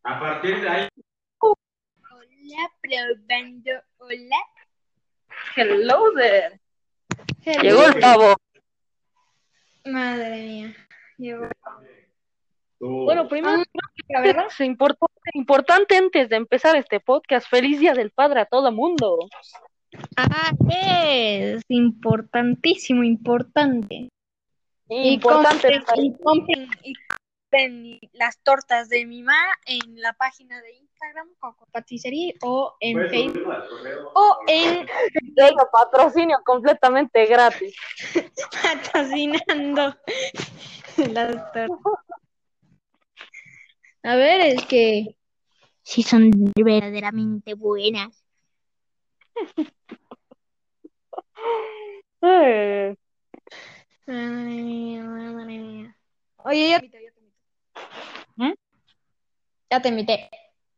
A partir de ahí. Hola, probando. Hola. Hello there. Hello. Llegó el pavo. Madre mía. Llegó. Bueno, primero, La verdad. es importante antes de empezar este podcast. Feliz Día del Padre a todo mundo. Es importantísimo, importante. Importante. Y compren las tortas de mi mamá en la página de Instagram, Coco Patisserie, o en Facebook, o en Tengo patrocinio completamente gratis. patrocinando las tortas. A ver, es que sí son verdaderamente buenas. Eh, Madre mía, madre mía. Oye, ya te invité. ¿Mm? Ya te invité.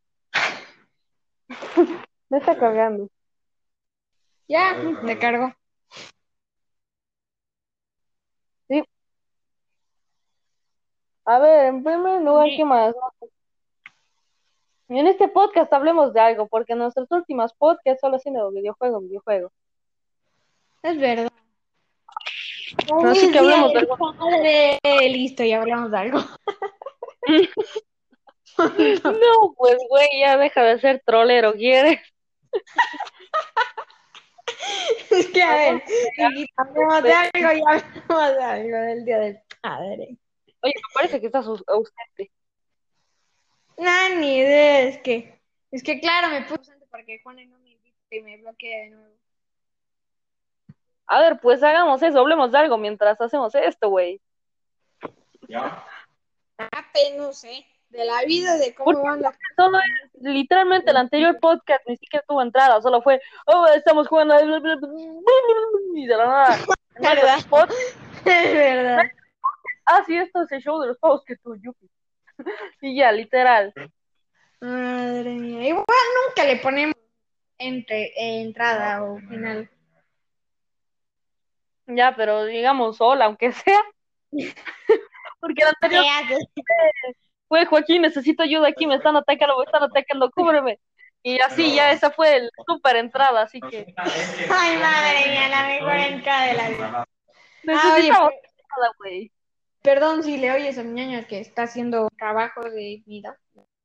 Me está cargando. Ya, me cargo. Sí. A ver, en primer lugar, ¿qué más? En este podcast hablemos de algo, porque en nuestros últimos podcasts solo haciendo videojuego. Es verdad. Así ¡Feliz que Día hablemos de del algo. Padre! Listo, ya hablamos de algo. No, pues, güey, ya deja de ser trolero, ¿quieres? Es que, a ver, Hablemos de y hablemos de algo. algo y hablamos de algo del Día del Padre. Oye, me parece que estás ausente. Nah, ni idea, es que claro, me puse ausente para que Juan no me invite y me bloquee de nuevo. A ver, pues hagamos eso, hablemos de algo mientras hacemos esto, güey. Ya. No sé, de la vida, de cómo Porque van las solo es, literalmente el anterior podcast ni siquiera tuvo entrada, solo fue, oh, estamos jugando y de la nada. En medio ¿verdad? del podcast, Es verdad. sí, esto es el show de los pavos que tú, Yupi. Y ya, literal. Madre mía. Igual nunca le ponemos entrada o final. Ya, pero digamos hola, aunque sea, porque el anterior fue Joaquín, necesito ayuda aquí, me están atacando, cúbreme. Y así ya esa fue el super entrada, así que Ay, madre mía, la mejor entrada de la vida. Oye, necesitamos nada, güey. perdón si le oyes a mi ñaña que está haciendo trabajo de vida.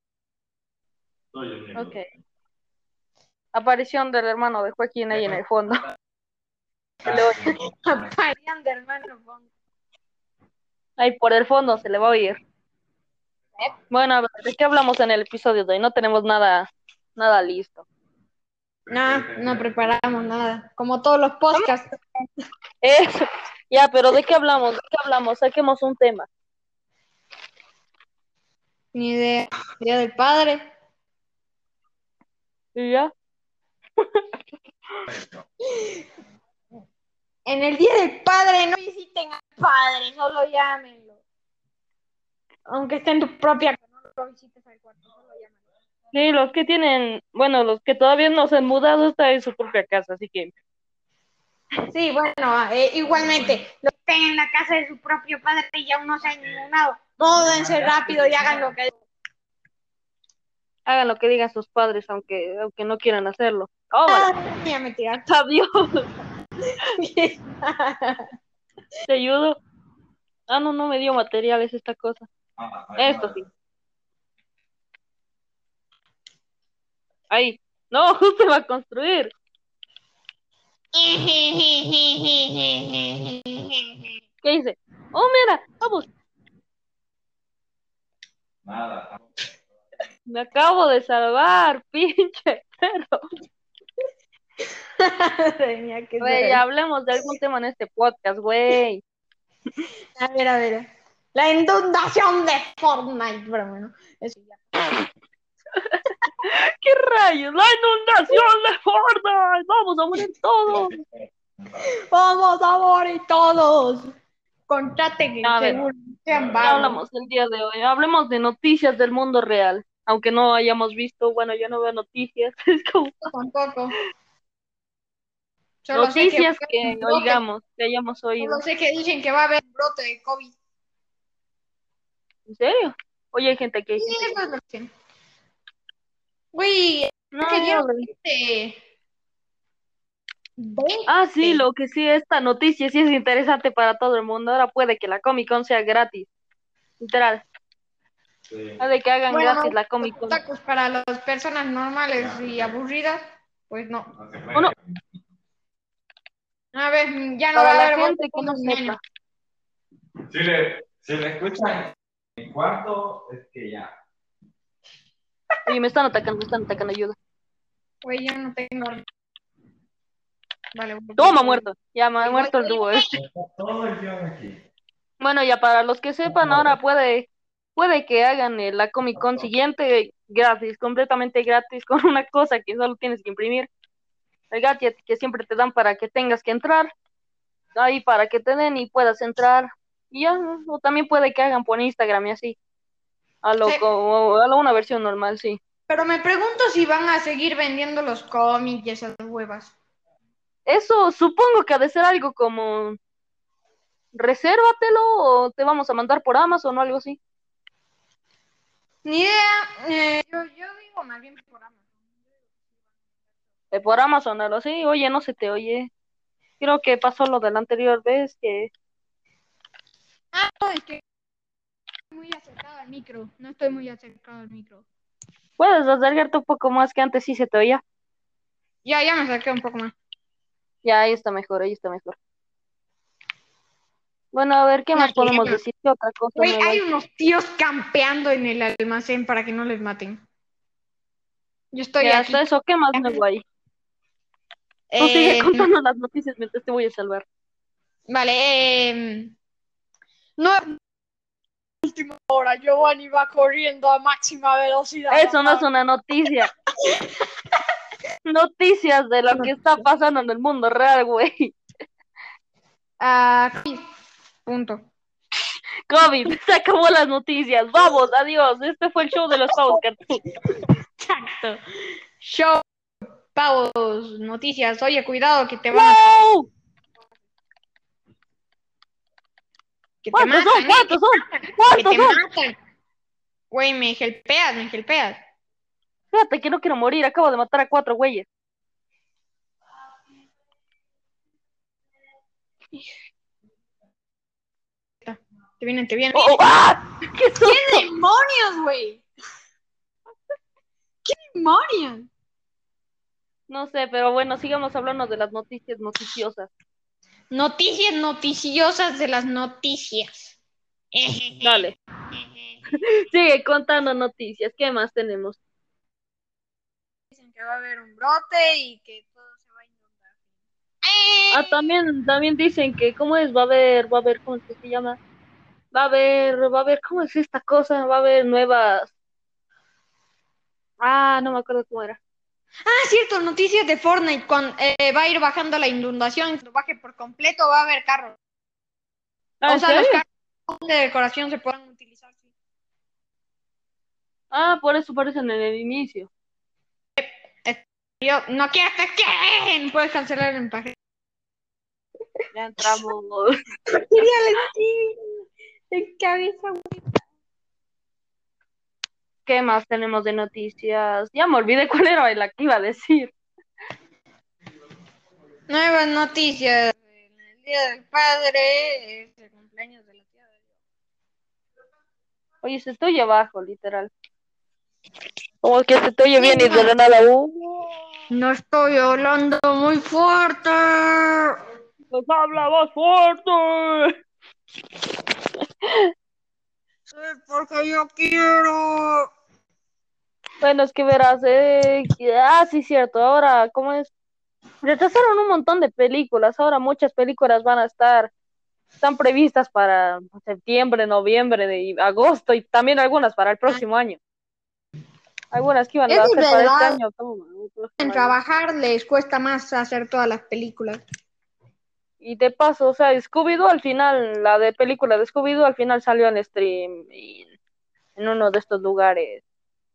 Ok. Aparición del hermano de Joaquín ahí en el fondo. Se le oye. Aparición de hermano Bongo. Ahí por el fondo se le va a oír. Bueno, a ver, ¿de qué hablamos en el episodio de hoy? No tenemos nada listo. No, no preparamos nada. Como todos los podcasts. Eso. Ya, pero ¿de qué hablamos? ¿De qué hablamos? Saquemos un tema. Ni idea. Día del Padre. ¿Y ya? En el Día del Padre no visiten al Padre, solo llámenlo. Aunque esté en tu propia casa, no lo visites al cuarto, solo llámenlo. Sí, los que tienen, bueno, los que todavía no se han mudado están en su propia casa, así que Sí, bueno, igualmente, los que estén en la casa de su propio padre y aún no se han inmunado, módense rápido y hagan lo que... hagan lo que digan sus padres, aunque no quieran hacerlo. ¡Tómala! Ya me tiraste. ¡Adiós! ¿Te ayudo? Ah, no, no me dio materiales esta cosa. Esto sí. Ahí. No, justo va a construir. ¿Qué dice? Oh, mira, vamos. Nada. Me acabo de salvar, pinche perro. Tenía que Güey, ser. ya hablemos de algún tema en este podcast, güey. A ver, a ver. La inundación de Fortnite, pero bueno, eso ya. ¿Qué rayos? ¡La inundación de Fortnite! ¡Vamos a morir todos! Vamos a morir todos. Contraten el A ver, seguro, sean ¿qué vagos. hablamos el día de hoy? Hablemos de noticias del mundo real. Aunque no hayamos visto, bueno, yo no veo noticias. Es como Tampoco. Solo sé que va a noticias haber que un brote. oigamos, que hayamos oído. Solo sé que dicen que va a haber un brote de COVID. ¿En serio? Oye, hay gente que hay Sí, gente que eso es lo que sé. Güey, No, que dieron güey. 20. Sí, lo que sí, esta noticia sí es interesante para todo el mundo. Ahora puede que la Comic Con sea gratis. Literal. Sí. Puede que hagan Bueno, gratis la los Comic Con. otakus para las personas normales y aburridas, pues no. No se O no, puede. A ver, ya no para va a la haber gente que no Boku no Hero. sepa. Si le escuchan en mi cuarto, es que ya. Oye, me están atacando, ayuda. Güey, yo no tengo. Vale, Toma, muerto. Ya me ha voy, muerto el voy, dúo voy. este. Está todo el guión aquí. Bueno, ya para los que sepan, ahora puede que hagan la Comic Con siguiente gratis, completamente gratis, con una cosa que solo tienes que imprimir. El gadget que siempre te dan para que tengas que entrar, ahí para que te den y puedas entrar. Y ya, o también puede que hagan por Instagram y así, Sí, a lo una versión normal, sí. pero me pregunto si van a seguir vendiendo los cómics y esas huevas. Eso supongo que ha de ser algo como resérvatelo o te vamos a mandar por Amazon o algo así. Ni idea. Yo digo más bien por Amazon. Por Amazon algo así, oye, no se te oye. Creo que pasó lo de la anterior vez que No, es que estoy muy acercado al micro. No estoy muy acercado al micro. puedes acercarte un poco más que antes sí se te oía. Ya me acerqué un poco más. Ya, ahí está mejor, ahí está mejor. Bueno, a ver, ¿qué No hay más podemos problema. decir? ¿Qué otra cosa Güey, nueva hay hay? unos tíos campeando en el almacén para que no les maten. Yo estoy Ya, hasta aquí. eso, ¿qué más nuevo hay? Tú sigue Eh, contando las noticias mientras te voy a salvar. vale. No es última hora. Giovanni va corriendo a máxima velocidad. Eso no es una noticia. Noticias de lo que está pasando en el mundo real, güey. Punto. COVID, se acabó las noticias. Vamos, adiós. Este fue el show de los pavos cartoon. Exacto. Show, pavos, noticias. Oye, cuidado que te van a... ¡Wow! Que te ¿Cuántos son? matan, ¿Cuántos son? que ¿Cuántos te son? matan. Güey, me helpeas. Fíjate que no quiero morir. Acabo de matar a 4 güeyes. Te vienen. ¡Oh, oh! ¡Ah! ¡Qué susto! ¿Qué demonios, güey? ¿Qué demonios? No sé, pero bueno, sigamos hablando de las noticias noticiosas. Noticias noticiosas de las noticias. Dale, sigue contando noticias. ¿Qué más tenemos? Dicen que va a haber un brote y que todo se va a inundar. También dicen que, ¿cómo es? Va a haber, ¿cómo es que se llama? Va a haber, ¿cómo es esta cosa? Va a haber nuevas. No me acuerdo cómo era. Cierto, noticias de Fortnite. Cuando va a ir bajando la inundación, cuando baje por completo va a haber carros. O ¿En sea, los serio? carros de decoración se podrán utilizar. Sí. Por eso parecen en el inicio. Yo no quiero que queden. Puedes cancelar el paquete. Ya entramos. Quería decir de cabeza. ¿Qué más tenemos de noticias? Ya me olvidé cuál era la que iba a decir. Nuevas noticias. El Día del Padre es el cumpleaños de la tía de Dios. Oye, se estoy abajo, literal. Como que se te oye bien y de la nada. No estoy hablando muy fuerte. Pues habla más fuerte. Sí, porque yo quiero. Bueno, es que verás, sí, cierto. Ahora, ¿cómo es? Retrasaron un montón de películas. Ahora muchas películas están previstas para septiembre, noviembre y agosto y también algunas para el próximo año. Algunas que iban Es a de hacer para este verdad. año. En trabajar les cuesta más hacer todas las películas. Y de paso, o sea, Scooby-Doo al final, la de película de Scooby-Doo al final salió en stream y en uno de estos lugares.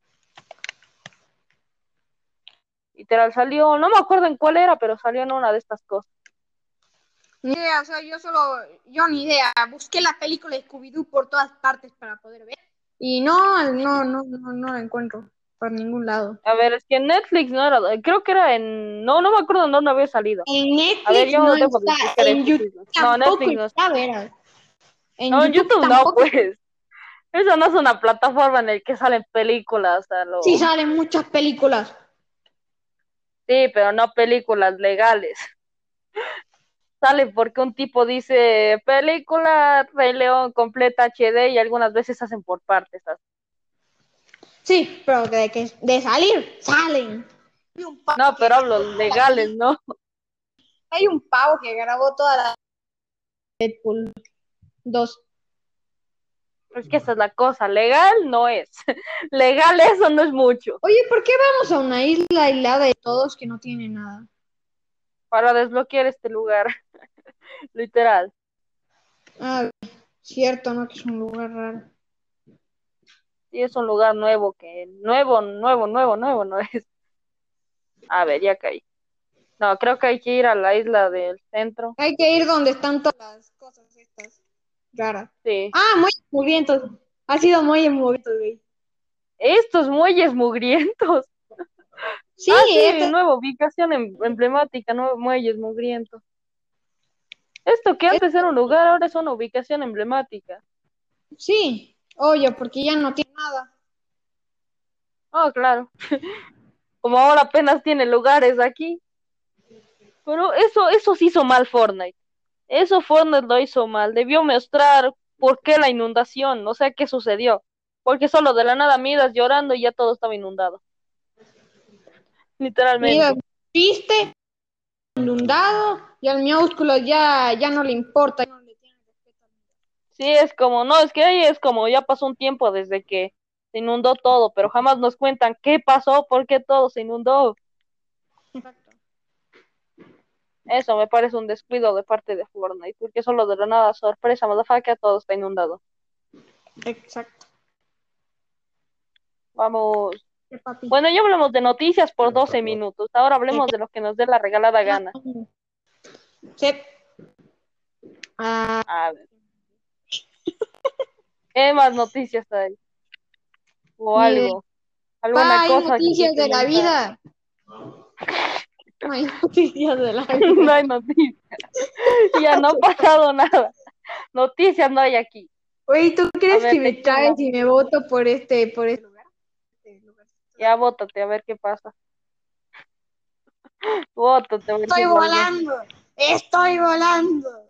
Literal salió, no me acuerdo en cuál era, pero salió en una de estas cosas. Ni idea, o sea, yo ni idea. Busqué la película de Scooby-Doo por todas partes para poder ver. Y no la encuentro. por ningún lado. A ver, es que en Netflix no era, creo que era en, no me acuerdo en dónde había salido. En A ver, Netflix yo no dejo de está, explicar en esto, YouTube chicos. No, tampoco Netflix no está. está, verás. En No, en YouTube YouTube no, tampoco. pues. Eso no es una plataforma en la que salen películas, a lo... Sí salen muchas películas. Sí, pero no películas legales. Sale porque un tipo dice película Rey León completa HD y algunas veces hacen por partes. Sí, pero de salir, salen. Hay un pavo No, que pero grabó hablo toda la legales, película. ¿no? Hay un pavo que grabó toda la Deadpool 2. Es que esa es la cosa, legal no es. Legal eso no es mucho. Oye, ¿por qué vamos a una isla aislada de todos que no tiene nada? Para desbloquear este lugar, literal. Ah, cierto, ¿no? Que es un lugar raro. Sí, es un lugar nuevo que nuevo no es. A ver, ya caí. No, creo que hay que ir a la isla del centro. Hay que ir donde están todas las cosas estas raras. Sí. Ah, muelles mugrientos. Ha sido muelles mugrientos, güey. Estos muelles mugrientos. Sí, Ah, sí, esto, nueva ubicación emblemática, nuevos muelles mugrientos. Esto que antes era un lugar, ahora es una ubicación emblemática. sí, oye, porque ya no tiene nada. Oh, claro. Como ahora apenas tiene lugares aquí. Pero eso sí hizo mal Fortnite. Eso Fortnite lo hizo mal. Debió mostrar por qué la inundación, o sea, qué sucedió. Porque solo de la nada miras llorando y ya todo estaba inundado. Mira, Literalmente. triste, inundado, y al miúsculo ya no le importa. No le tiene respeto. Sí, es como, no, es que ahí es como ya pasó un tiempo desde que se inundó todo, pero jamás nos cuentan qué pasó, por qué todo se inundó. Exacto. Eso me parece un descuido de parte de Fortnite, porque solo de la nada, sorpresa, motherfucker, todo está inundado. Exacto. Vamos. ¿Qué, papi? Bueno, ya hablamos de noticias por 12 minutos. Ahora hablemos de lo que nos dé la regalada gana. Sí. Ah, A ver, ¿qué más noticias hay? O ni de algo. ¿Alguna hay cosa que noticias de la comentar? vida. No hay noticias de la No vida. hay noticias. Ya no ha pasado nada. Noticias no hay aquí. Oye, ¿tú A crees ver, que me ¿de qué traes hablamos? y me voto por este lugar? Ya bótate, a ver qué pasa. Bótate, a ver qué Estoy pasa. volando, estoy volando,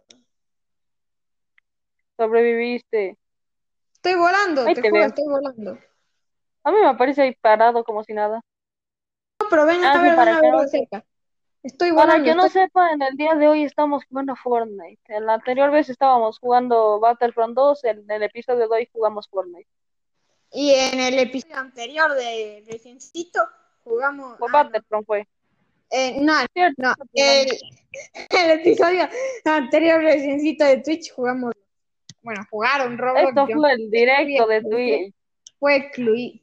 Sobreviviste. estoy volando, Ahí te te juro, veo. estoy volando. A mí me aparece ahí parado como si nada. No, pero Ah, sí, ven a ver de cerca. Estoy para volando, que no estoy... sepa, en el día de hoy estamos jugando Fortnite. En la anterior vez estábamos jugando Battlefront 2, en el episodio de hoy jugamos Fortnite. Y en el episodio anterior de Reciencito jugamos... Fue Ah, no. Battlefront fue. No, Cierto, no. estás jugando. El episodio anterior Reciencito de Twitch jugamos... Bueno, jugaron Roblox. Esto Yo fue el fui directo de excluido. Twitch. Fue excluido.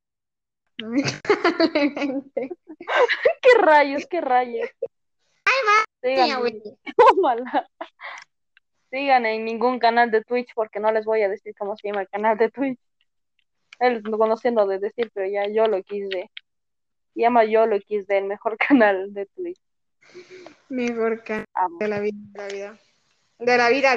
¿Qué rayos, qué rayos? Mía, Sigan, güey. tómala. Sigan en ningún canal de Twitch porque no les voy a decir cómo se llama el canal de Twitch. Él no conociendo de decir, pero ya yo lo quise. Se llama Yolo XD, el mejor canal de Twitch. Mejor canal Amo. de la vida, de la vida. De la vida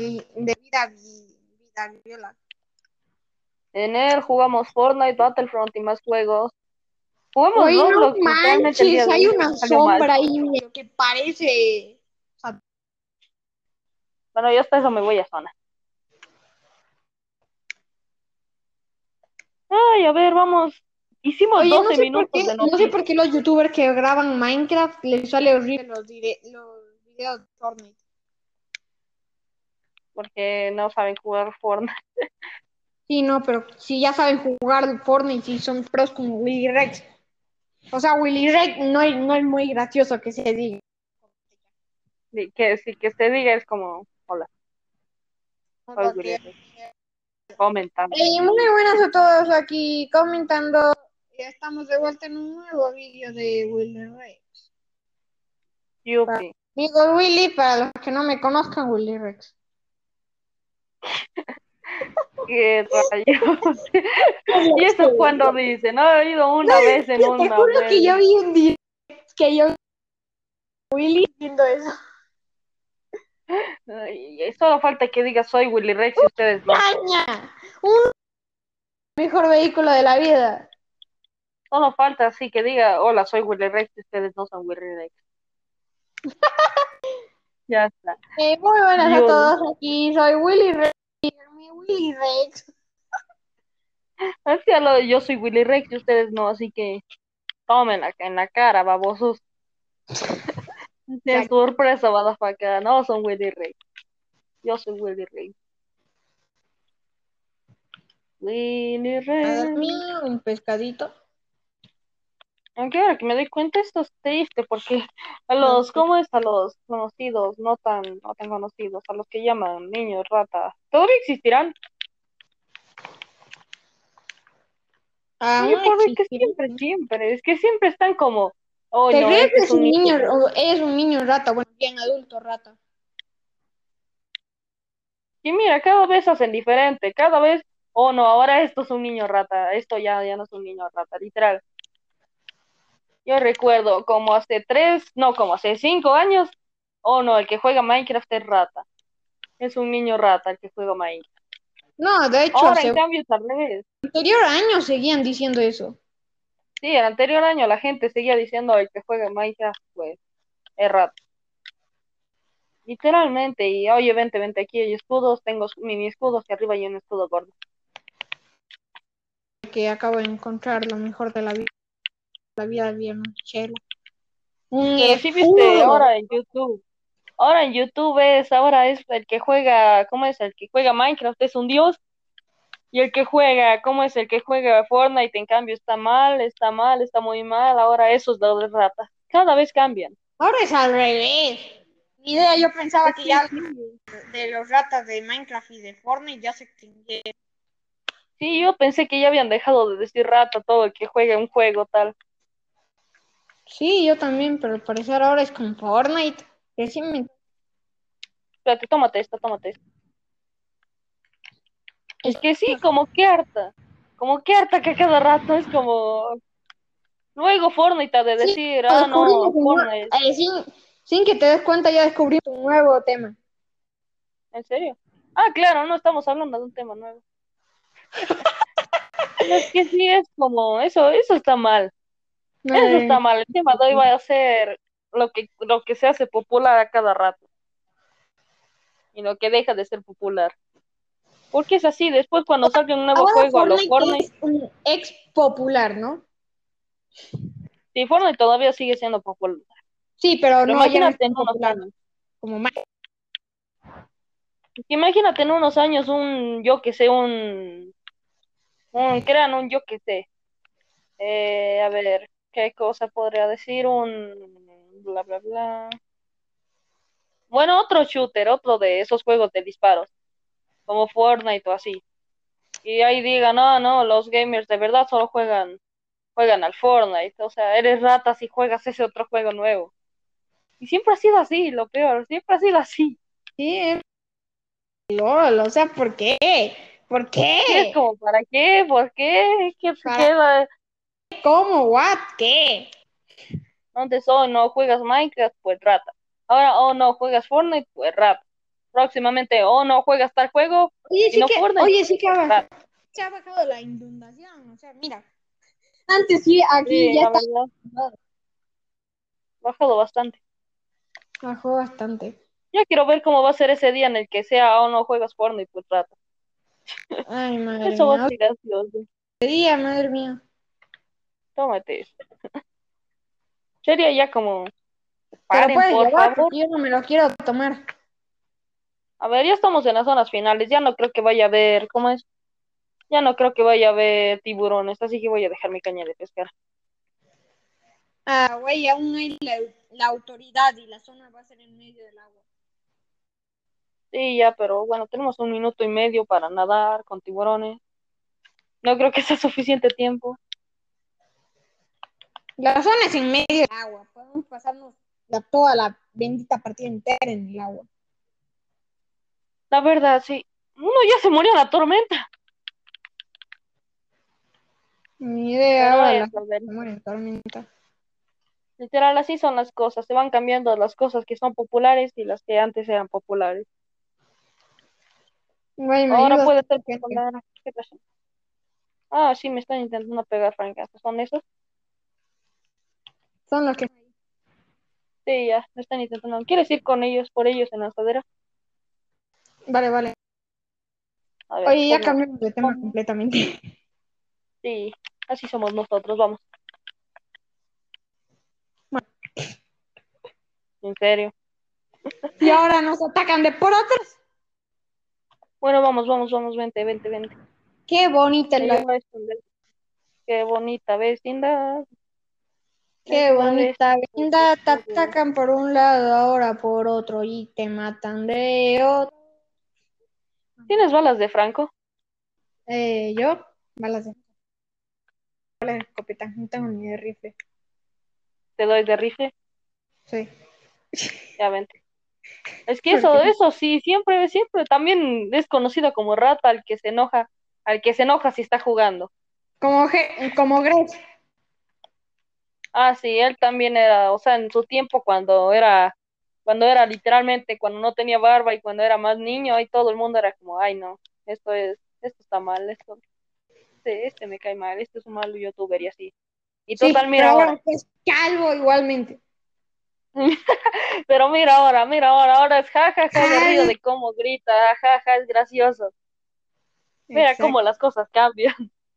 vida viola. En él jugamos Fortnite, Battlefront y más juegos. Jugamos Oye, no Roblox, literalmente el manches, día de hay hoy, una pero salió mal. sombra ahí mira, que parece. Bueno, yo hasta eso me voy a zona. Ay, a ver, vamos. Hicimos Oye, 12 minutos de no sé por noticias, qué los youtubers que graban Minecraft les sale horrible los videos de Fortnite. porque no saben jugar Fortnite. Sí, no, pero si ya saben jugar Fortnite y son pros como Willy Rex. O sea, Willy Rex no es muy gracioso que se diga. Que sí, que se diga es como, hola, soy Willy Rex, comentando. Muy buenas a todos aquí comentando. Ya estamos de vuelta en un nuevo vídeo de Willy Rex. Yupi. Digo Willy, para los que no me conozcan, Willy Rex. qué rayos. Y eso cuando dice, no he oído una vez en Te una juro que vez. yo vi un día que yo Willy viendo eso. Y solo falta que diga soy Willy Rex y ustedes no. ¡Caña! Un mejor vehículo de la vida. Solo falta así que diga, hola, soy Willy Rex y ustedes no son Willy Rex. Ya está. Muy buenas a Dios. todos aquí. Soy Willy Rex. Mi Willy Rex. Así yo soy Willy Rex y ustedes no, así que tomen en la cara, babosos. Sin sorpresa, motherfucker. No son Willy Rex. Yo soy Willy Rex. Willy Nada Rex. mío, un pescadito. Aunque ahora que me doy cuenta esto es triste porque a No, los, ¿cómo es? A los conocidos, no tan conocidos, a los que llaman niños rata, ¿todavía existirán? Oye, aún por que existirá. siempre, es que siempre están como, oh ¿Te no, crees este que es es un un niño. niño o es un niño rata? Bueno, bien adulto rata. Y mira, cada vez hacen diferente, cada vez, oh no, ahora esto es un niño rata, esto ya no es un niño rata, literal. Yo recuerdo como hace 3, no, como hace 5 años, oh no, el que juega Minecraft es rata, es un niño rata el que juega Minecraft. No, de hecho, Ahora, en hace cambio, tal vez, anterior año seguían diciendo eso. sí, el anterior año la gente seguía diciendo el que juega Minecraft, pues, es rata. Literalmente, y oye, vente aquí, hay escudos, tengo mini escudos y arriba hay un escudo gordo. Que acabo de encontrar lo mejor de la vida bien chela. Un Pero sí viste, escudo. ahora en YouTube ahora es el que juega, ¿cómo es? El que juega Minecraft es un dios, y el que juega, ¿cómo es? El que juega Fortnite, en cambio, está mal, está muy mal, ahora esos dos de rata. Cada vez cambian. Ahora es al revés. Ni idea, yo pensaba Es que que ya sí. de los ratas de Minecraft y de Fortnite ya se extinguieron. Sí, yo pensé que ya habían dejado de decir rata todo el que juega un juego tal. Sí, yo también, pero al parecer ahora es con Fortnite. Recién me... Espérate, tómate esta. Es que sí, como que harta que cada rato es como, luego Fortnite ha de Sí, decir, descubrimos no, Fortnite, sin que te des cuenta ya descubrimos un nuevo tema. ¿en serio? Ah, claro, no estamos hablando de un tema nuevo. Pero es que sí es como, eso eso está mal, el tema de hoy va a ser lo que se hace popular a cada rato, y lo que deja de ser popular. Porque es así, después cuando salga un nuevo Ahora juego a lo Fortnite Fortnite, es un ex popular, ¿no? sí, Fortnite todavía sigue siendo popular, Sí, pero pero no, ya no es imagínate en tan unos popular años. como más. Imagínate en unos años yo que sé, crean un yo que sé. A ver, ¿qué cosa podría decir? Un bla, bla, bla. Bueno, otro shooter, otro de esos juegos de disparos, como Fortnite o así. Y ahí digan, no, los gamers de verdad solo juegan al Fortnite. O sea, eres rata si juegas ese otro juego nuevo. Y siempre ha sido así, lo peor, siempre ha sido así. Sí, LOL, o sea, ¿por qué? ¿Por Y es qué? como, ¿para qué? ¿Por qué? ¿Qué se ¿Para queda? cómo? ¿What? ¿Qué? Antes, no juegas Minecraft, pues rata. Ahora, no juegas Fortnite, pues rata. Próximamente, no juegas tal juego, sino Fortnite, Oye, pues rata. se ha bajado la inundación, o sea, mira, antes sí, aquí Sí, ya la está, verdad, bajado bastante. bajó bastante. Ya quiero ver cómo va a ser ese día en el que sea, no juegas Fortnite, pues rata. Ay, madre Eso va a mía, ser gracioso. otro día, madre mía. Tómate eso. Sería ya como, Te lo paren, puedes por llevar favor. porque yo no me lo quiero tomar. A ver, ya estamos en las zonas finales, ya no creo que vaya a haber, ¿cómo es? Ya no creo que vaya a haber tiburones, así que voy a dejar mi caña de pescar. Ah, güey, aún hay la autoridad y la zona va a ser en medio del agua. Sí, ya, pero bueno, tenemos 1 minuto y medio para nadar con tiburones. No creo que sea suficiente tiempo. La zona es en medio del agua. Podemos pasarnos toda la bendita partida entera en el agua. La verdad, sí. Uno ya se murió en la tormenta. Ni idea, Pero ahora la eso, gente se muere en tormenta. literal, así son las cosas. Se van cambiando las cosas que son populares y las que antes eran populares. Güey, me Ahora ayudas, puede ser gente. popular. ¿Qué pasa? Ah, sí, me están intentando pegar, francamente. ¿Son esos? Son los que... Sí, ya, me están intentando. ¿Quieres ir con ellos, por ellos en la asadera? Vale, vale. A ver, Oye, ya ponlo. cambiamos de tema completamente. Sí, así somos nosotros, vamos. Bueno, En serio. y ahora nos atacan de por atrás. Bueno, vamos, vente, vente, vente. Qué bonita es Me la... llevo esto, ve. Qué bonita vecindad. Qué Esta bonita vecindad. vecindad. Te atacan por un lado, ahora por otro y te matan de otro. ¿Tienes balas de Franco? Yo, balas de escopeta, no tengo ni de rifle. Te doy de rifle. Sí. Ya vente. Es que Porque eso sí, siempre también es conocido como rata al que se enoja si está jugando. como Grace. Ah, sí, él también era, o sea, en su tiempo cuando era literalmente, cuando no tenía barba y cuando era más niño, ahí todo el mundo era como, ay no, esto está mal, este me cae mal, este es un mal youtuber y así. Y total, Sí, pero mira ahora ahora. que es calvo igualmente. Pero ahora es jajaja de río Ay, de cómo grita, jaja, es gracioso. Mira cómo exacto, las cosas cambian.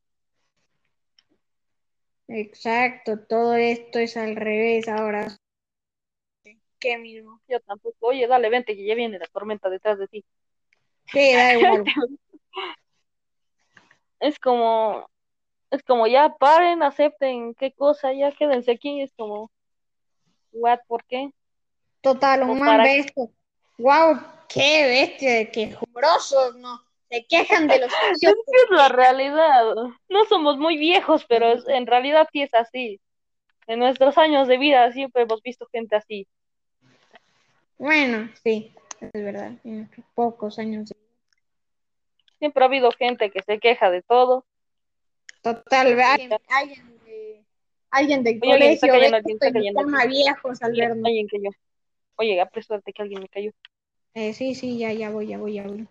exacto. Todo esto es al revés ahora. Qué mismo. Yo tampoco, oye, dale, vente, que ya viene la tormenta detrás de ti. Sí, da igual. Es como, es como ya paren, acepten qué cosa, ya quédense aquí, es como, what, ¿por qué? Total, O un man para ve esto. Wow, qué bestia, qué jumbrosos, ¿no? Se quejan de los Es precios que es la realidad. No somos muy viejos, pero en realidad sí es así. En nuestros años de vida siempre hemos visto gente así. Bueno, sí, es verdad. En estos pocos años. Siempre ha habido gente que se queja de todo. Total, ve Y ya. alguien del Oye, alguien está colegio ve cayendo, alguien esto está y nos cayendo llama aquí. viejos al vernos. Alguien cayó. Oye, apresúrate que alguien me cayó. Sí, sí, ya voy, ya voy, ya voy.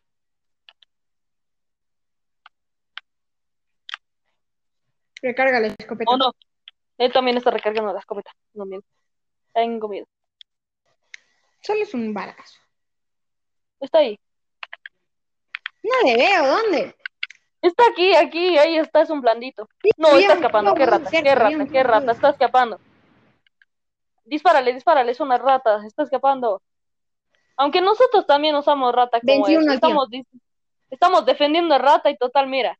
Recarga la Oh, escopeta. no. Él también está recargando la escopeta. No miento. Tengo miedo. Solo es un balazo. Está ahí. No le veo, ¿dónde? Está aquí, ahí está, es un blandito. Sí, No, está escapando. Qué había un rata, cerca, qué había rata, un qué cerca. rata. Está escapando. Dispárale, es una rata. Está escapando. Aunque nosotros también usamos rata como él. 21 al tiro. Estamos defendiendo a rata y total, mira.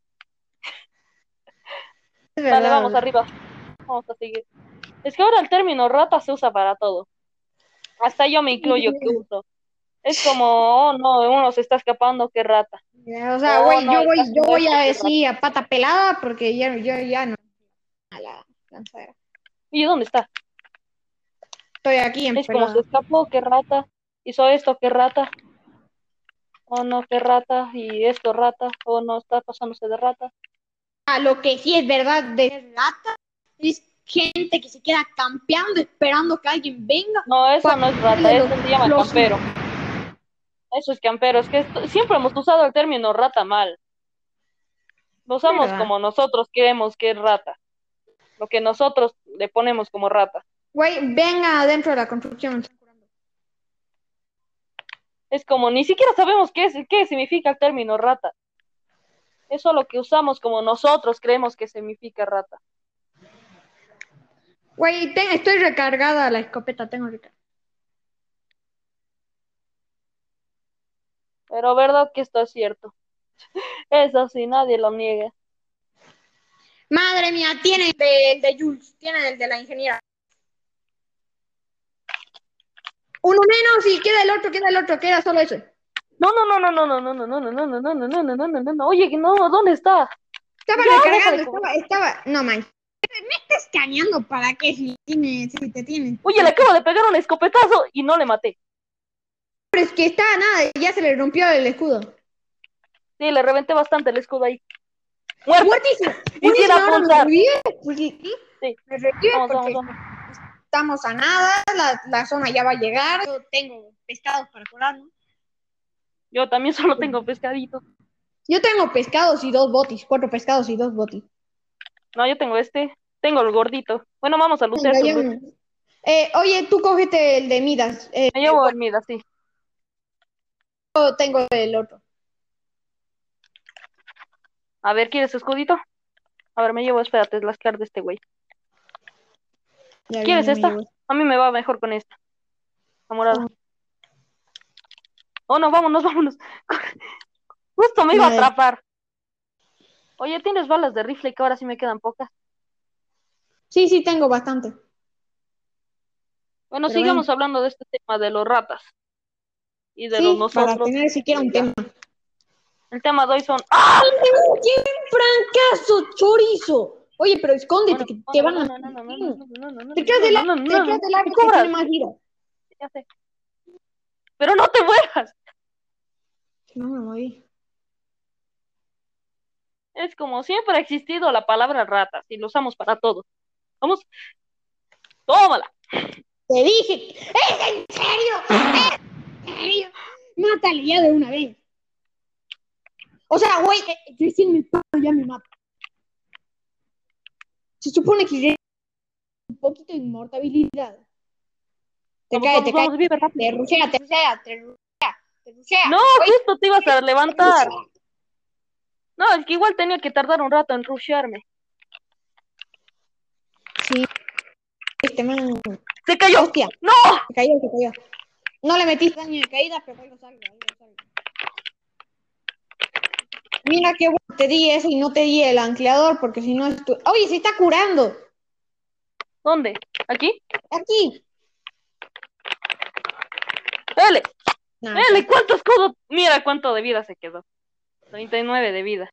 Es Vale, verdad. vamos arriba. Vamos a seguir. Es que ahora el término rata se usa para todo. Hasta yo me incluyo que uso. Es como, oh no, uno se está escapando, qué rata. O sea, Oh güey, no, está yo haciendo voy esto, a qué rata. decir a pata pelada porque yo ya no. A la lanzadera. ¿Y dónde está? Estoy aquí en Es como se pelada. escapó, qué rata. Hizo esto, qué rata. Oh no, qué rata. Y esto, rata. Oh no, está pasándose de rata. Lo que sí es verdad de rata es gente que se queda campeando esperando que alguien venga No, eso para no es rata, darle eso se llama los... campero. Eso es campero. Es que siempre hemos usado el término rata mal. Lo usamos ¿Verdad? como nosotros creemos que es rata. Lo que nosotros le ponemos como rata. Güey, venga adentro de la construcción. Es como, ni siquiera sabemos qué significa el término rata. Eso es lo que usamos como nosotros creemos que significa rata. Güey, estoy recargada la escopeta, tengo recargada. Pero verdad que esto es cierto. Eso sí, nadie lo niega. Madre mía, tiene el de Jules, tiene el de la ingeniera. Uno menos y queda el otro, queda solo ese. No, no, no, no, no, no, no, no, no, no, no, no, no, no, no, no, no, no, no. Oye, no, ¿dónde está? Estaba Ya, deja de recargando, comer. no manches. Me está escaneando para que si te tiene. Oye, le acabo de pegar un escopetazo y no le maté. Pero es que está nada, ya se le rompió el escudo. Sí, le reventé bastante el escudo ahí. ¡Muerto! Muertísimo. Quisiera Ahora me apuntar. revive, porque Sí, me revive vamos, porque vamos, vamos. estamos a nada, la zona ya va a llegar. Yo tengo pescados para colar, ¿no? Yo también solo tengo pescadito. Yo tengo pescados y 2 botis, 4 pescados y 2 botis. No, yo tengo tengo el gordito. Bueno, vamos a lutear sus botis. Oye, tú cógete el de Midas. Me llevo el Midas, sí. Yo tengo el otro. A ver, ¿quieres escudito? A ver, me llevo, espérate, las cartas de este güey. Ya ¿Quieres viene, me esta? llevo. A mí me va mejor con esta. La morada. Oh. Oh, no, vámonos, vámonos. Justo me iba a atrapar. Oye, ¿tienes balas de rifle que ahora sí me quedan pocas? Sí, sí, tengo bastante. Bueno, Pero sigamos ven. hablando de este tema de los ratas y de los Sí, para nosotros. tener siquiera un tema. El tema de hoy son... ¡Ah! ¡Qué francazo, chorizo! Oye, pero escóndete, Bueno, que no, te no, van no, a... no, no, no, no, no, no, no, no, Detrás del no, árbol, no, no, detrás no, del me árbol que cubras. tiene más vida. Ya sé. Pero no te muevas. No me moví. Es como siempre ha existido la palabra ratas y lo usamos para todo. Vamos, tómala. Te dije, ¿es en serio? ¿Es en serio? Mátale ya de una vez. O sea, güey, recién me paro, ya me mato. Se supone que un poquito de inmortabilidad. Te Vamos, cae, vamos, te cae. vamos, vive rápido. Te rushea, te rushea, te rushea, te rushea. No, Oye, justo te ibas a te levantar. rushea. No, es que igual tenía que tardar un rato en rushearme. Sí, este man. ¡Se cayó! Hostia, ¡No! se cayó, se cayó. No le metiste daño de caída, pero algo salga, algo salga. Mira qué bueno te di ese y no te di el ancleador, porque si no es tu... Oye, se está curando. ¿Dónde? ¿Aquí? Aquí. ¡Dale! Nah, ¡Dale! ¿Cuánto escudo? Mira cuánto de vida se quedó. 39 de vida.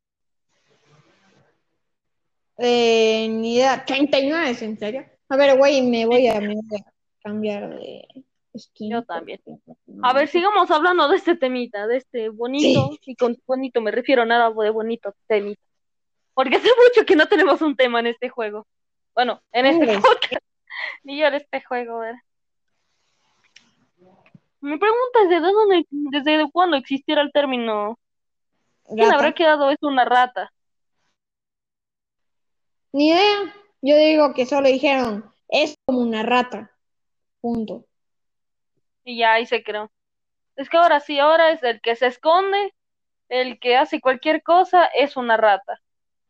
Ni idea. 39, ¿es en serio? A ver, güey, me voy a cambiar de skin. Yo también. A ver, sigamos hablando de este temita, de este bonito, Sí. y con bonito me refiero a nada de bonito temita. Porque hace mucho que no tenemos un tema en este juego. Bueno, en este podcast. Ni yo en este juego, ¿verdad? Mi pregunta es desde cuándo existiera el término. ¿Quién habrá Rata. quedado es una rata? Ni idea. Yo digo que solo dijeron, es como una rata. Punto. Y ya ahí se creó. Es que ahora sí, ahora es el que se esconde, el que hace cualquier cosa, es una rata.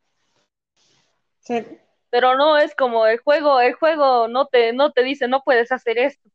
Sí. Pero no es como el juego no te dice no puedes hacer esto.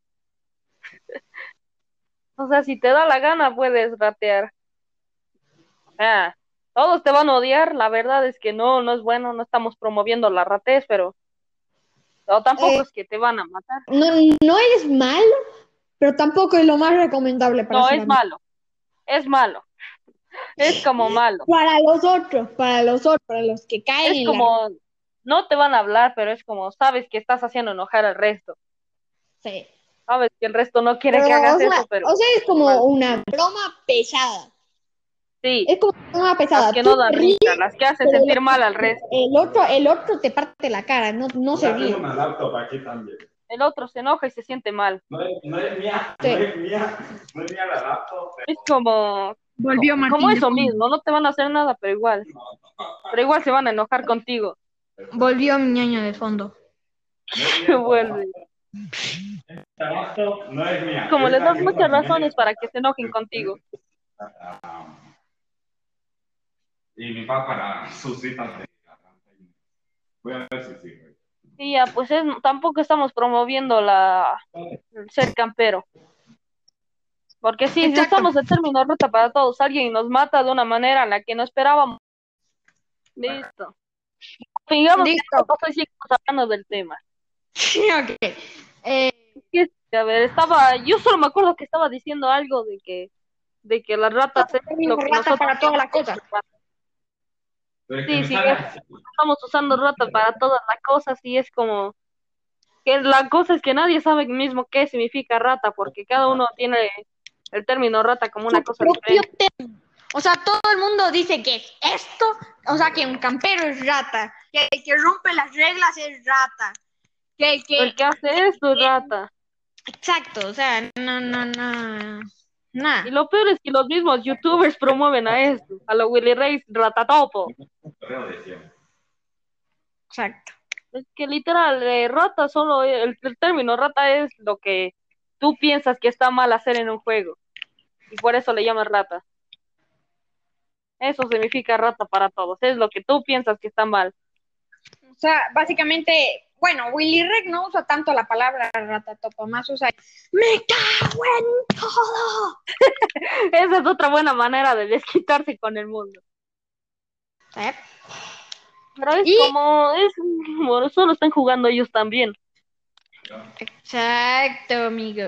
O sea, si te da la gana puedes ratear. Ah, todos te van a odiar, la verdad es que no, no es bueno, no estamos promoviendo la ratez, pero tampoco es que te van a matar. No, no es malo, pero tampoco es lo más recomendable para No, hacer es malo, es malo, es como malo. Para los otros, para los que caen Es en la... como, no te van a hablar, pero es como, sabes que estás haciendo enojar al resto. Sí. Sabes que el resto no quiere Pero, que hagas eso, pero o sea, es como mal. una broma pesada. Sí, Es como una broma pesada. las que Tú no dan te ríes, risa, las que hacen pero sentir mal al resto. el otro te parte la cara, no se Ya tengo ríe. una laptop aquí también. El otro se enoja y se siente mal. No es mía, Sí. no es mía la laptop. Es como Martín de eso fondo. mismo, no te van a hacer nada, pero igual se van a enojar contigo. Volvió mi ñaño de fondo. Vuelve. Esta laptop no es mía. Como Es les la das que muchas usa mi razones ñaña. para que se enojen contigo. Y mi papá para sus citas de voy a ver si sirve. Y ya, pues tampoco estamos promoviendo el ser campero. Porque sí, si Exacto. estamos de término rota para todos, alguien nos mata de una manera en la que no esperábamos. Listo. Digamos Listo. que no pasó y seguimos hablando del tema. Ok. A ver, yo solo me acuerdo que estaba diciendo algo de que las ratas es lo que Rata nosotros para todas las cosas. Sí, estamos usando ratas para todas las cosas y es como que la cosa es que nadie sabe mismo qué significa rata porque cada uno tiene el término rata como una cosa diferente. O sea, todo el mundo dice que es esto, o sea, que un campero es rata, que el que rompe las reglas es rata, que el que... El que hace esto es rata. Exacto, o sea, no, nada. Y lo peor es que los mismos youtubers promueven a esto, a lo Willy Reis ratatopo. Exacto. Es que literal, rata solo, el término rata es lo que tú piensas que está mal hacer en un juego. Y por eso le llaman rata. Eso significa rata para todos. Es lo que tú piensas que está mal. O sea, básicamente, bueno, Willy Rex no usa tanto la palabra ratatopo, más usa ¡me cago en todo! Esa es otra buena manera de desquitarse con el mundo. ¿Eh? Pero es como solo están jugando ellos también. Exacto, amigo.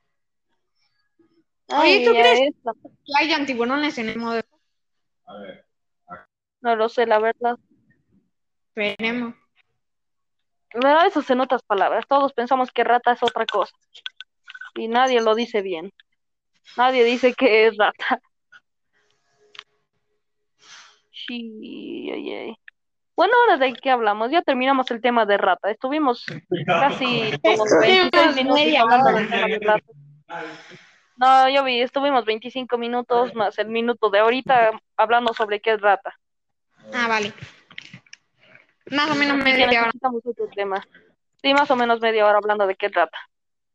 Ay, Oye, ¿tú crees esta. que hay antiburones en el modo? A ver. No lo sé, la verdad. Veremos. Pero eso es en otras palabras. Todos pensamos que rata es otra cosa. Y nadie lo dice bien. Nadie dice que es rata. Sí, ay, ay. Bueno, ahora de qué hablamos. Ya terminamos el tema de rata. Estuvimos casi como 26 minutos hablando del tema de rata. No, yo vi, estuvimos 25 minutos más el minuto de ahorita hablando sobre qué es rata. Ah, vale. Más o menos Así que media hora. necesitamos otro tema. Sí, más o menos media hora hablando de qué es rata.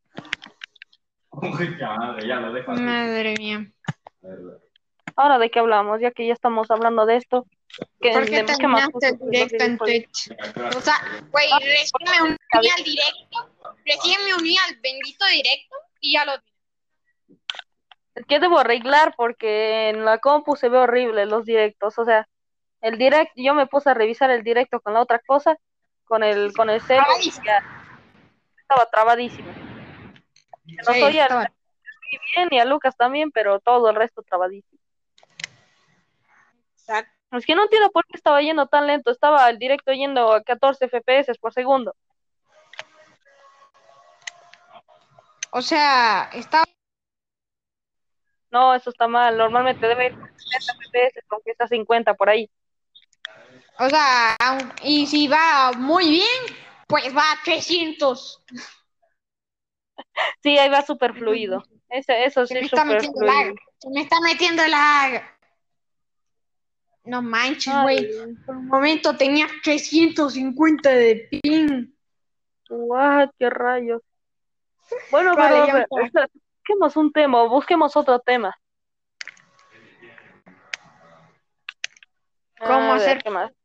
Uy, ya lo dejo así. Madre mía. Ahora de qué hablamos, ya que ya estamos hablando de esto. ¿Por qué ¿Qué más terminaste el cosas de los directo en videojuegos? Twitch? O sea, güey, recién me uní al directo. Recién me uní al bendito directo y ya lo... Es que debo arreglar porque en la compu se ve horrible los directos. O sea, el directo, yo me puse a revisar el directo con la otra cosa, con el celu, y ya estaba trabadísimo. Sí, Nos oía estaba... bien y a Lucas también, pero todo el resto trabadísimo. Exacto. Es que no entiendo por qué estaba yendo tan lento. Estaba el directo yendo a 14 FPS por segundo. O sea, estaba... No, eso está mal. Normalmente debe ir por 60 FPS, aunque está 50 por ahí. O sea, y si va muy bien, pues va a 300. Sí, ahí va súper fluido. Eso Se sí, me está súper metiendo fluido. lag. Se me está metiendo lag. No manches, Ay, güey. Por un momento tenía 350 de ping. what, qué rayos. Bueno, Vale, pero ya me está. busquemos un tema o busquemos otro tema. ¿Cómo A ver, hacer ¿qué más?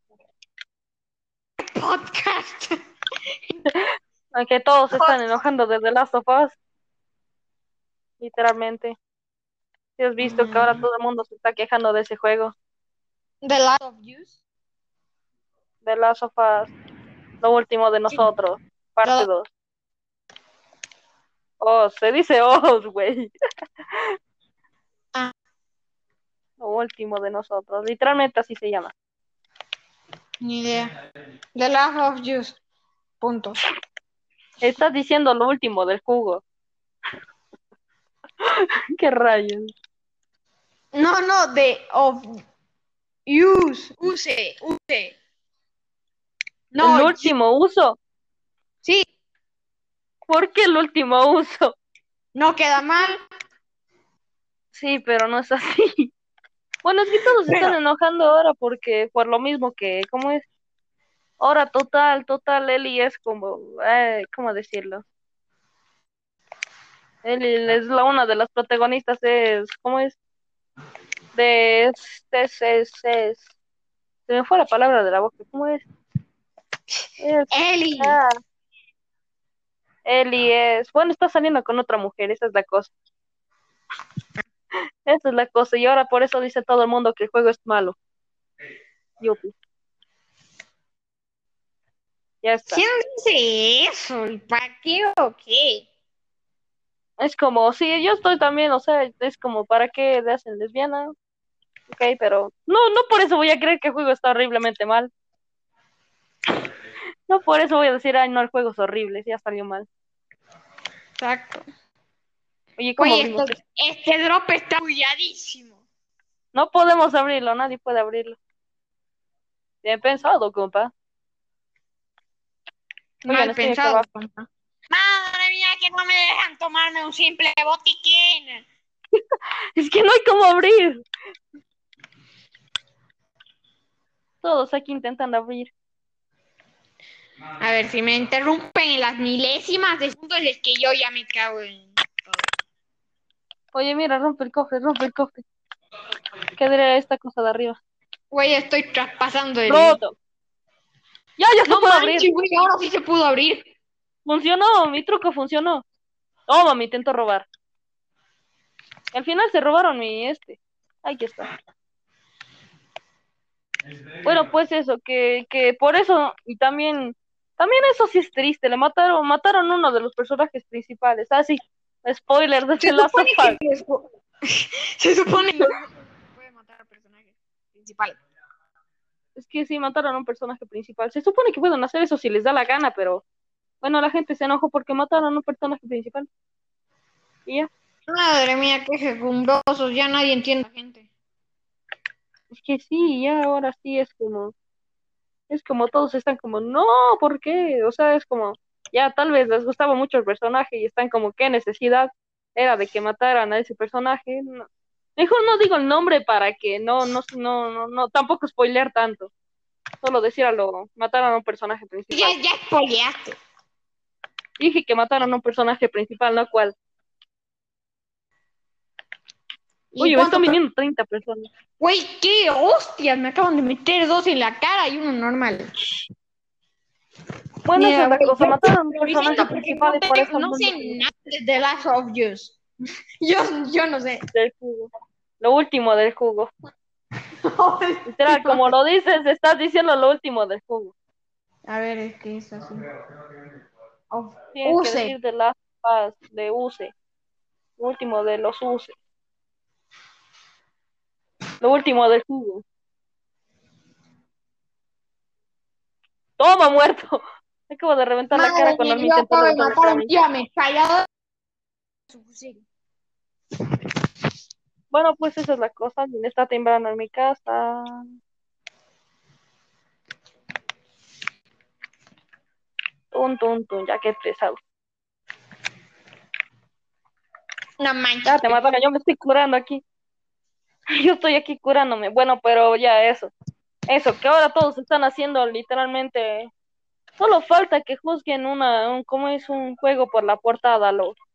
podcast? Aunque todos se están enojando desde Last of Us, literalmente. Si has visto que ahora todo el mundo se está quejando de ese juego, The Last of Us. de Last of Us, lo último de nosotros, parte 2. Oh, se dice Oz, güey. Ah. Lo último de nosotros, literalmente así se llama. Ni idea. The Last of Us. Punto. Estás diciendo lo último del jugo. ¿Qué rayos? No, The of Use. Use. No, El último uso. sí, ¿Por qué el último uso? no queda mal. Sí, pero no es así. Bueno, es que todos se están Pero, enojando ahora porque por lo mismo que, ¿cómo es? Ahora total, Ellie es como, ¿cómo decirlo? Ellie es una de las protagonistas, ¿cómo es? Se me fue la palabra de la boca, ¿cómo es? Ellie. Ah, Ellie bueno, está saliendo con otra mujer, esa es la cosa. Esa es la cosa, y ahora por eso dice todo el mundo que el juego es malo. Yupi. Ya está. ¿Quién dice eso? ¿Para qué o qué? Es como, sí, yo estoy también, o sea, es como, ¿para qué le hacen lesbiana? Ok, pero no por eso voy a creer que el juego está horriblemente mal. No por eso voy a decir, ay, no, el juego es horrible, ya salió mal. Exacto. Oye, ¿cómo Güey, abrimos esto? este drop está bulladísimo. No podemos abrirlo, nadie puede abrirlo. Bien pensado, compa. Oigan, Mal estoy aquí pensado, abajo. compa. Madre mía, que no me dejan tomarme un simple botiquín. Es que no hay cómo abrir. Todos aquí intentan abrir. A ver, si me interrumpen en las milésimas de segundos es que yo ya me cago en... Oye, mira, rompe el cofre, rompe el cofre. ¿Qué diría esta cosa de arriba? Güey, estoy traspasando el... Roto. Ya se No puede abrir. manches, güey, ahora sí se pudo abrir. Funcionó, mi truco funcionó. Toma, me intento robar. Al final se robaron mi Aquí está. Bueno, pues eso, que por eso, y también eso sí es triste, mataron uno de los personajes principales. Ah, sí, spoiler de Se The Last of supone Us. que... se supone que puede matar al personaje principal. Es que sí, mataron a un personaje principal. Se supone que pueden hacer eso si les da la gana, pero bueno, la gente se enojó porque mataron a un personaje principal. Y ya. Madre mía, qué quejumbrosos, ya nadie entiende a la gente. Es que sí, ya ahora sí es como todos están como, no, ¿por qué? O sea, es como, ya tal vez les gustaba mucho el personaje y están como, ¿qué necesidad era de que mataran a ese personaje? No. Mejor no digo el nombre para que no, tampoco spoilear tanto. Solo decir mataron a un personaje Ya, principal. ya spoileaste. Dije que mataron a un personaje principal, no cuál. ¿Y Oye, me cuánto? están viniendo 30 personas. Güey, qué hostias, me acaban de meter dos en la cara y uno normal. Bueno, esa Mira, es la güey, cosa, mataron a un lo siento personaje porque principal y por eso el no sé mundo se nada de The Last of Us. Yo no sé. del jugo. Lo último del jugo. Literal, como lo dices, estás diciendo lo último del jugo. A ver, es que es así. Tienes que Use. decir de las paz, de use. Lo último de los use. Lo último del jugo. Toma, muerto. Me acabo de reventar la cara Madre cuando mía, él me yo intentó acabo de reventar la matar cara a a un mí. tío ametrallador. Su fusil. Bueno, pues esa es la cosa. Me está timbrando en mi casa. Ya que pesado. No manches. Ya te mataron, yo me estoy curando aquí. Yo estoy aquí curándome. Bueno, pero ya eso. Eso, que ahora todos están haciendo literalmente. Solo falta que juzguen cómo es un juego por la portada,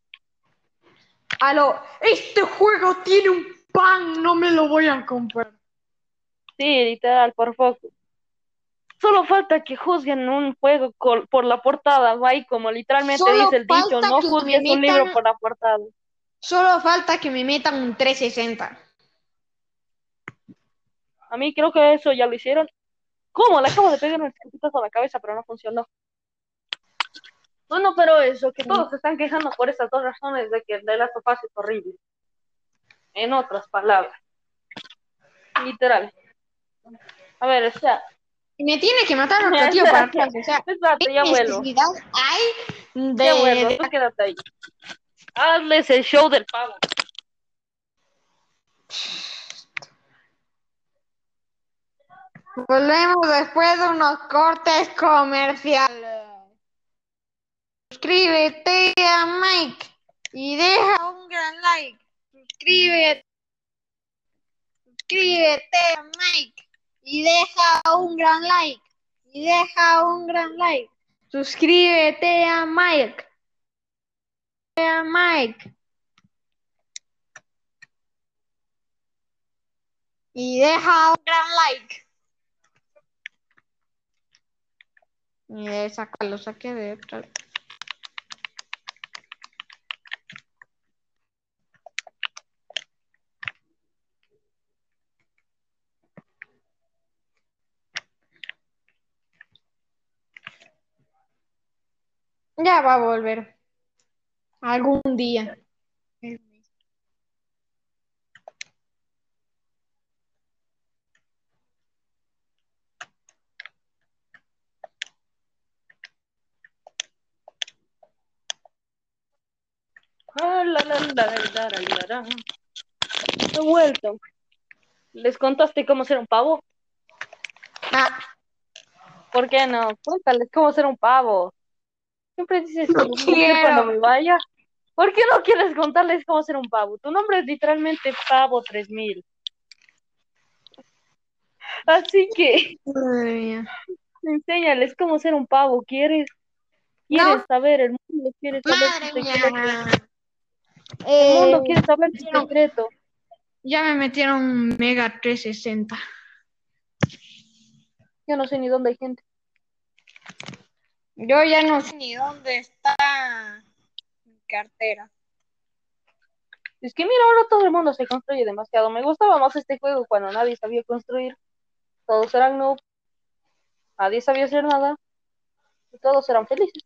Aló, este juego tiene un pan, no me lo voy a comprar. Sí, literal, por poco. Solo falta que juzguen un juego por la portada, güey, como literalmente dice Solo el dicho, falta no que me juzgues un metan, libro por la portada. solo falta que me metan un 360. A mí creo que eso ya lo hicieron. ¿Cómo? Le acabo de pegar un escupitazo a la cabeza, pero no funcionó. Bueno, pero eso, que todos se están quejando por esas dos razones de que The Last of Us es horrible. En otras palabras. Literal. A ver, o sea, Y me tiene que matar otro tío para espérate, atrás, o sea, ¿qué espérate, ya vuelo. necesidad hay Ya vuelo, de... tú quédate ahí. Hazles el show del pavo. Volvemos después de unos cortes comerciales. Suscríbete a Mike y deja un gran like. Suscríbete a Mike y deja un gran like. Suscríbete a Mike. Y deja un gran like. Y lo saqué de otra. Ya va a volver. Algún día. Ah, la. He vuelto. ¿Les contaste cómo ser un pavo? Ah, ¿Por qué no? Cuéntales cómo ser un pavo. Siempre dices no mujer cuando quiero. me vaya. ¿Por qué no quieres contarles cómo ser un pavo? Tu nombre es literalmente Pavo 3000. Así que Madre mía. enséñales cómo ser un pavo. ¿Quieres? No, ¿Quieres saber? El mundo quiere saber tu madre secreto. mía. El mundo Eh, quiere saber tu secreto. ya me metieron Mega 360. Yo no sé ni dónde hay gente. Yo ya no sé ni dónde está mi cartera. Es que mira, ahora todo el mundo se construye demasiado. Me gustaba más este juego cuando nadie sabía construir. Todos eran noob, nadie sabía hacer nada y todos eran felices.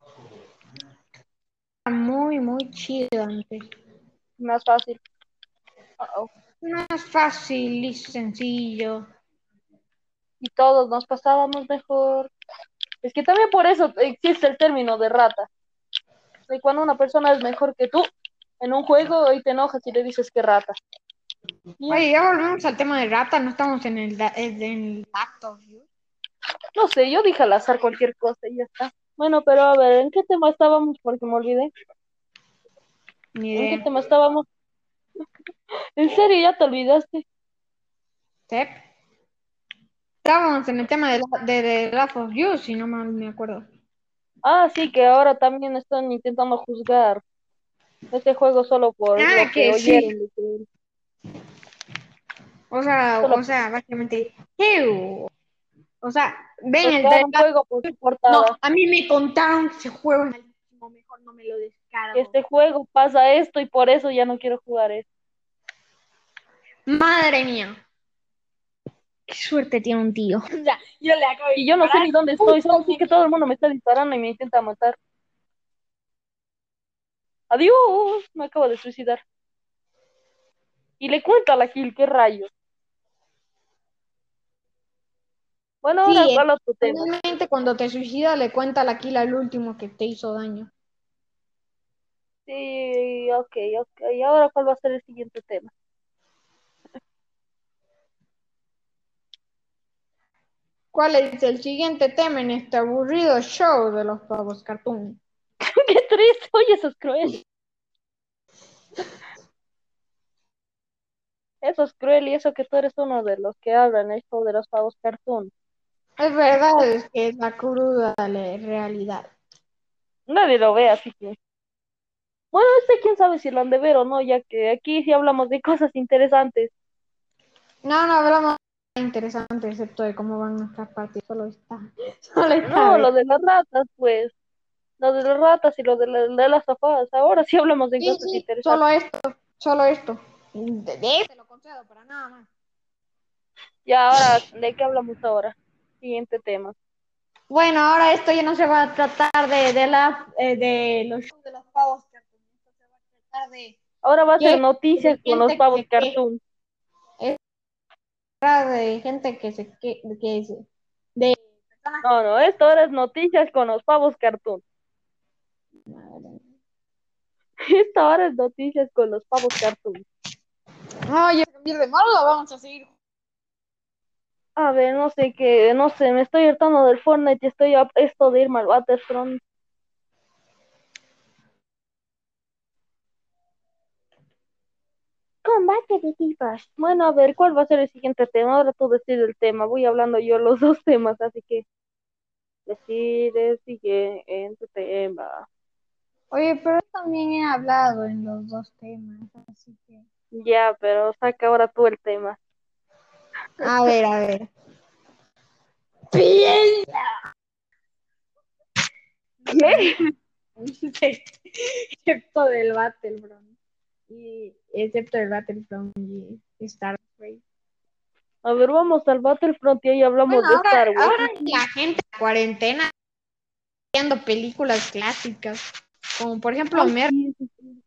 Muy, muy chido antes. Más fácil. Uh-oh. Más fácil y sencillo. Y todos nos pasábamos mejor. Es que también por eso existe el término de rata. De cuando una persona es mejor que tú en un juego y te enojas y le dices que rata. Ya. Oye, ya volvemos al tema de rata, no estamos en el laptop. No sé, yo dije al azar cualquier cosa y ya está. Bueno, pero a ver, ¿en qué tema estábamos? Porque me olvidé. Ni ¿En qué idea. tema estábamos? ¿En serio ya te olvidaste? ¿Tep? Estábamos en el tema de Last of You, si no mal me acuerdo. Ah, sí, que ahora también están intentando juzgar este juego solo por lo Ah, que que oyeron. sí. O Solo sea, básicamente, ¡ew! O sea, ven el juzgar de un juego por su No, portada. a mí me contaron que ese juego es malísimo, mejor no me lo Que descargo. este juego pasa esto y por eso ya no quiero jugar esto. Madre mía, qué suerte tiene un tío. O sea, yo le acabo de Y yo no sé disparar ni dónde estoy, justo solo a sé mi que todo el amigo. mundo me está disparando y me intenta matar. Adiós, me acabo de suicidar. Y le cuento a la Kill, qué rayos. Bueno, ahora Sí, cuál otro tema. normalmente cuando te suicidas le cuenta la kill al último que te hizo daño. Sí, ok, ok. ¿Y ahora cuál va a ser el siguiente tema? ¿Cuál es el siguiente tema en este aburrido show de los pavos cartoon? Qué triste, oye, eso es cruel. Eso es cruel y eso que tú eres uno de los que hablan esto de los pavos cartoon. Es verdad, es que es la cruda realidad. Nadie lo ve, así que. Bueno, este quién sabe si lo han de ver o no, ya que aquí sí hablamos de cosas interesantes. No, no hablamos de interesante, excepto de cómo van nuestras partes. Solo está No, bien. lo de las ratas, pues. Lo de las ratas y lo de las zafadas. Ahora sí hablamos de Sí, cosas sí, interesantes. solo esto. De te lo concedo, pero nada más. Y ahora, ¿de qué hablamos ahora? Siguiente tema. Bueno, ahora esto ya no se va a tratar de los shows de los pavos cartoon. Esto se va a tratar de Ahora va a ser qué, noticias de con los gente que pavos se queja, cartoon. de gente de personas que No, se no, quejan. esto ahora es noticias con los pavos cartoon. Esto ahora es noticias con los pavos cartoon. No, ya cambiar de malo, vamos a seguir. A ver, no sé qué, no sé, me estoy hartando del Fortnite y estoy a esto de irme al Battlefront. Combate de divas. Bueno, a ver, ¿cuál va a ser el siguiente tema? Ahora tú decides el tema. Voy hablando yo los dos temas, así que decide el siguiente tema. Oye, pero también he hablado en los dos temas, así que. Ya, pero saca ahora tú el tema. A ver. Piensa. ¿Qué? Excepto del Battlefront. Y excepto del Battlefront y Star Wars. A ver, vamos al Battlefront y ahí hablamos Bueno, de Star Wars. ahora la gente en cuarentena viendo películas clásicas, como por ejemplo Ay, sí, sí, sí.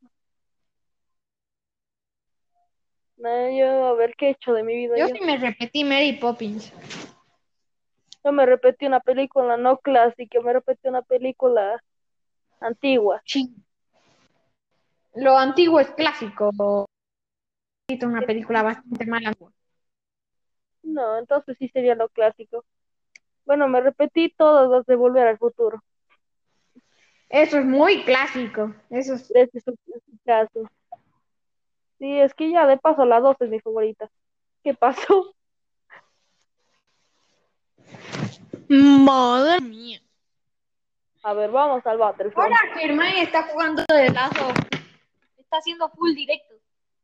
Yo, a ver qué he hecho de mi vida Yo yo. sí me repetí Mary Poppins. Yo me repetí una película no clásica, me repetí una película antigua. Sí. Lo antiguo es clásico. Es una película bastante mala. No, entonces sí sería lo clásico. Bueno, me repetí todas las de Volver al Futuro. Eso es muy clásico. Eso es Ese es su caso. Sí, es que ya de paso la 2 es mi favorita. ¿Qué pasó? madre mía. A ver, vamos al Ahora Battlefront. Germán está jugando de lazo. Está haciendo full directo.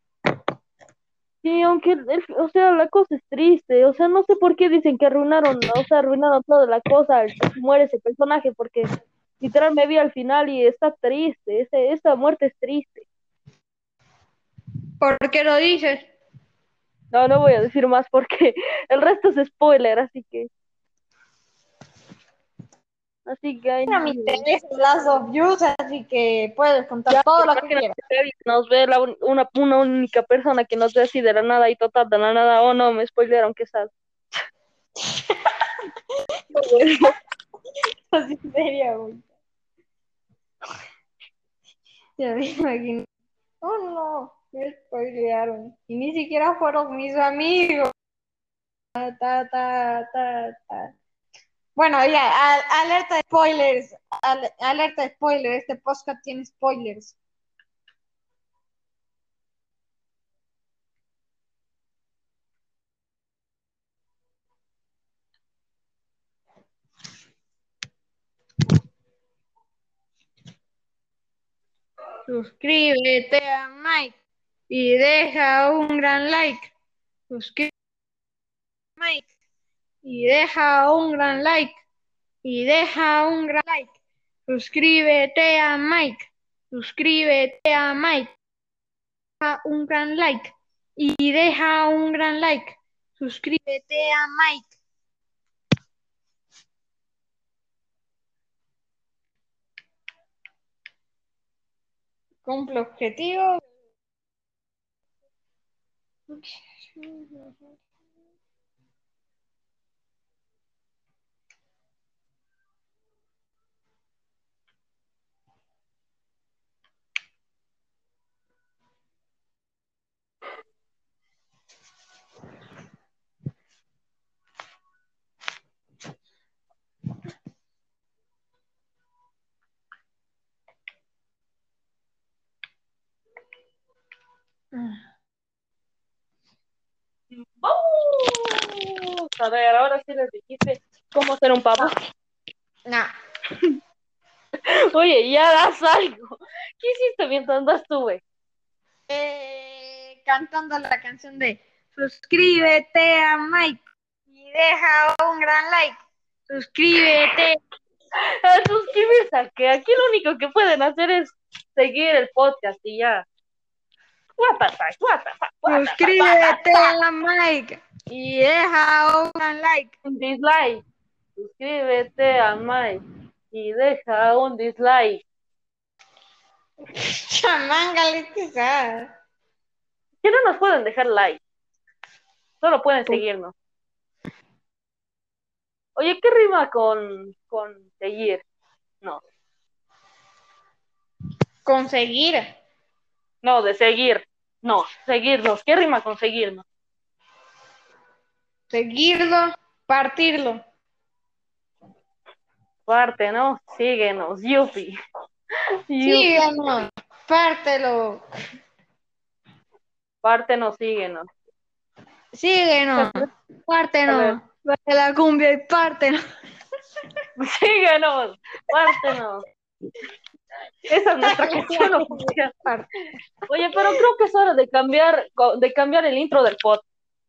Sí, aunque, o sea, la cosa es triste. O sea, no sé por qué dicen que arruinaron, o sea, arruinaron toda la cosa, el que muere ese personaje, porque literal me vi al final y está triste. Esa muerte es triste. ¿Por qué lo dices? No, no voy a decir más porque el resto es spoiler, así que ahí A mí te interesa Last of Us, así que puedes contar ya, todo lo que imagínate quieras. que alguien nos ve una única persona que nos ve así de la nada y total de la nada, oh no, me spoilearon que sabes. Bueno, Así sería, güey. Ya me imagino. Oh no, me spoilearon. Y ni siquiera fueron mis amigos. Ta, ta, ta, ta. Bueno, ya, alerta de spoilers. Alerta de spoilers. Este podcast tiene spoilers. Suscríbete a Mike y deja un gran like. Suscríbete a Mike y deja un gran like. Y deja un gran like. Suscríbete a Mike. Suscríbete a Mike. Deja un gran like. Y deja un gran like. Suscríbete a Mike. Cumple objetivo. vamos a ver, ahora sí les dijiste cómo hacer un pavo. No. Oye, ya haz algo. ¿Qué hiciste mientras andas tú, güey? Cantando la canción de Suscríbete a Mike y deja un gran like. Suscríbete. A suscribirse a que aquí lo único que pueden hacer es seguir el podcast y ya. What the fuck, what the fuck, what the fuck, what the Suscríbete fuck. a Mike y deja un gran like. Un dislike. Suscríbete a Mike y deja un dislike. Chamanga, quizás. Que no nos pueden dejar like. Solo pueden seguirnos. Oye, ¿qué rima con seguir? No. Conseguir. No, de seguir. No, seguirnos. ¿Qué rima con seguirnos? Seguirlo. Partirlo. Parte, ¿no? Síguenos, Yupi. Yupi. Síguenos. Pártelo. Pártenos, síguenos. Síguenos. A ver, Pártenos. Vale la cumbia y pártenos. síguenos, pártenos. Esa es nuestra canción oficial. Oye, pero creo que es hora de cambiar el intro del pod.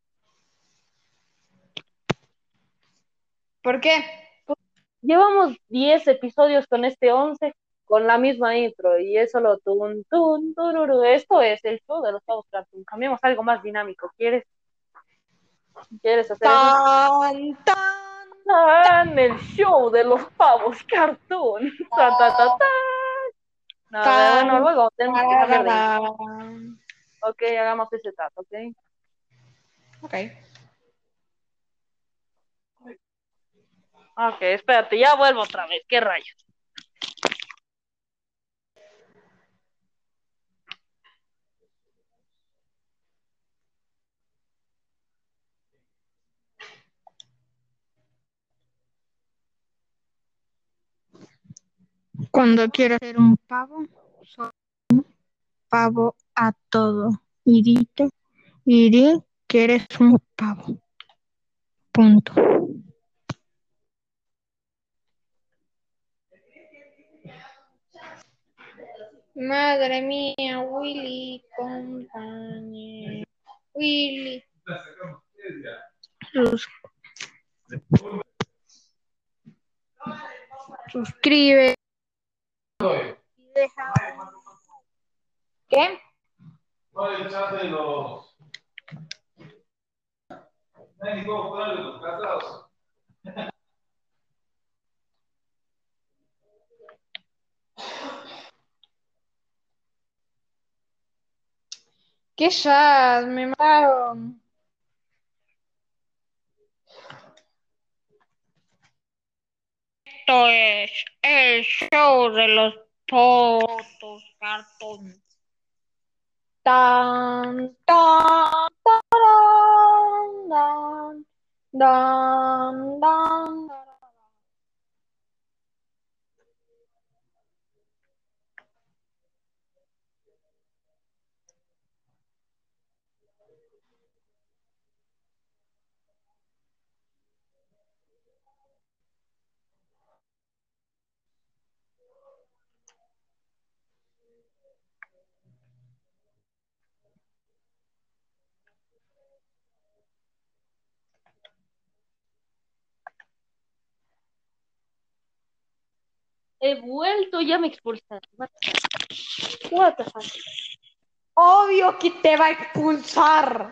¿Por qué? Llevamos 10 episodios con este 11 con la misma intro y es solo tun, tun, tururu. Esto es el show de los pavos cartoon. Cambiamos algo más dinámico. ¿Quieres hacer eso? Tan, tan, El show de los pavos cartoon. Ta, ta, ta, ta. No, tan, bueno, luego tenemos que cambiar de intro. tararán. Ok, hagamos ese trato, ok. Ok. Ok, espérate, ya vuelvo otra vez. ¿Qué rayos? Cuando quiero hacer un pavo, soy un pavo a todo. Y di que eres un pavo. Punto. Madre mía, Willy, compañero. Willy. Suscribe. Deja. ¿Qué? ¿Cuál es el chat de los... Nadie puedo jugar de los casados. ¡Qué sad! Me mataron. Esto es el show de los potos cartones. Tan, tan, tarán, dan, dan, dan. He vuelto, ya me expulsaron. What the fuck? Obvio que te va a expulsar.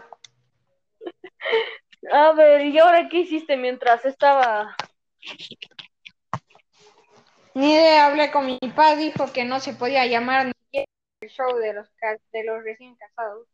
A ver, ¿y ahora qué hiciste mientras estaba? Ni idea, hablé con mi padre, dijo que no se podía llamar ni siquiera el show de los recién casados.